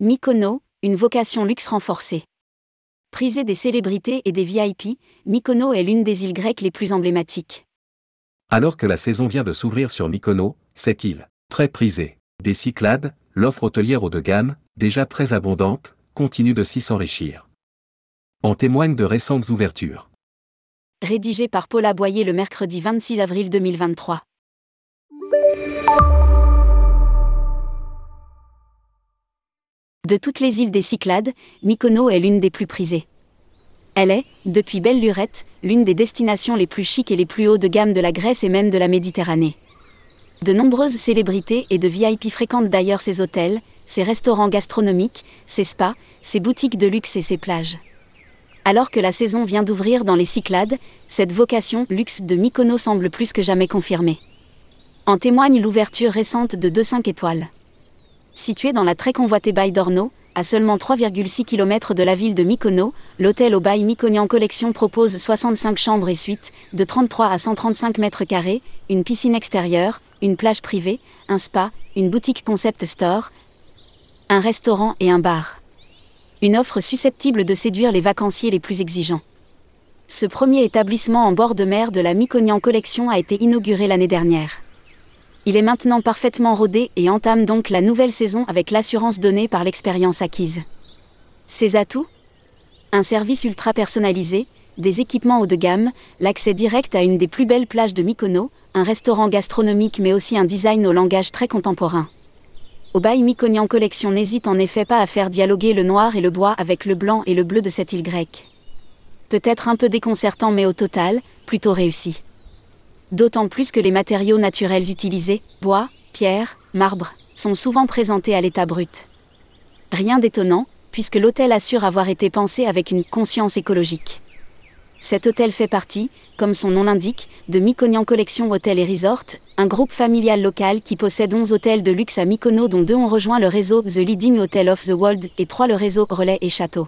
Mykonos, une vocation luxe renforcée. Prisée des célébrités et des VIP, Mykonos est l'une des îles grecques les plus emblématiques. Alors que la saison vient de s'ouvrir sur Mykonos, cette île, très prisée, des Cyclades, l'offre hôtelière haut de gamme, déjà très abondante, continue de s'y s'enrichir. En témoignent de récentes ouvertures. Rédigé par Paula Boyer le mercredi 26 avril 2023. De toutes les îles des Cyclades, Mykonos est l'une des plus prisées. Elle est, depuis belle lurette, l'une des destinations les plus chics et les plus hauts de gamme de la Grèce et même de la Méditerranée. De nombreuses célébrités et de VIP fréquentent d'ailleurs ses hôtels, ses restaurants gastronomiques, ses spas, ses boutiques de luxe et ses plages. Alors que la saison vient d'ouvrir dans les Cyclades, cette vocation luxe de Mykonos semble plus que jamais confirmée. En témoigne l'ouverture récente de 2 5 étoiles. Situé dans la très convoitée baie d'Ornos, à seulement 3,6 km de la ville de Mykonos, l'hôtel au bail Mykonian Collection propose 65 chambres et suites, de 33 à 135 mètres carrés, une piscine extérieure, une plage privée, un spa, une boutique concept store, un restaurant et un bar. Une offre susceptible de séduire les vacanciers les plus exigeants. Ce premier établissement en bord de mer de la Mykonian Collection a été inauguré l'année dernière. Il est maintenant parfaitement rodé et entame donc la nouvelle saison avec l'assurance donnée par l'expérience acquise. Ses atouts ? Un service ultra personnalisé, des équipements haut de gamme, l'accès direct à une des plus belles plages de Mykonos, un restaurant gastronomique mais aussi un design au langage très contemporain. Au bail Mykonian Collection n'hésite en effet pas à faire dialoguer le noir et le bois avec le blanc et le bleu de cette île grecque. Peut-être un peu déconcertant mais au total, plutôt réussi. D'autant plus que les matériaux naturels utilisés, bois, pierre, marbre, sont souvent présentés à l'état brut. Rien d'étonnant, puisque l'hôtel assure avoir été pensé avec une conscience écologique. Cet hôtel fait partie, comme son nom l'indique, de Mykonian Collection Hôtel et Resort, un groupe familial local qui possède 11 hôtels de luxe à Mykonos dont 2 ont rejoint le réseau The Leading Hotel of the World et 3 le réseau Relais et Château.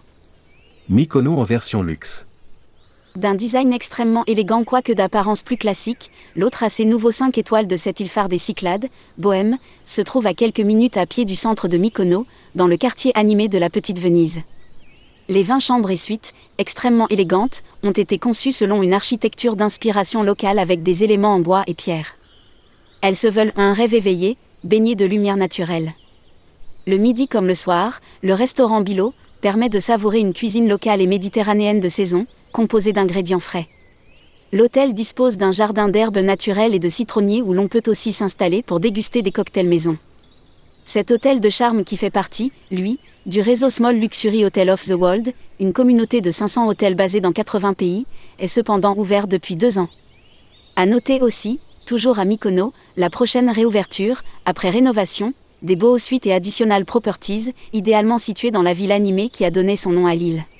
Mykonos en version luxe. D'un design extrêmement élégant quoique d'apparence plus classique, l'autre à ses nouveaux 5 étoiles de cette île phare des Cyclades, Bohème, se trouve à quelques minutes à pied du centre de Mykonos, dans le quartier animé de la Petite Venise. Les 20 chambres et suites, extrêmement élégantes, ont été conçues selon une architecture d'inspiration locale avec des éléments en bois et pierre. Elles se veulent un rêve éveillé, baigné de lumière naturelle. Le midi comme le soir, le restaurant Bilo permet de savourer une cuisine locale et méditerranéenne de saison, composée d'ingrédients frais. L'hôtel dispose d'un jardin d'herbes naturelles et de citronniers où l'on peut aussi s'installer pour déguster des cocktails maison. Cet hôtel de charme qui fait partie, lui, du réseau Small Luxury Hotel of the World, une communauté de 500 hôtels basés dans 80 pays, est cependant ouvert depuis 2 ans. À noter aussi, toujours à Mykonos, la prochaine réouverture, après rénovation, des Beau Suites et Additional Properties, idéalement situées dans la ville animée qui a donné son nom à l'île.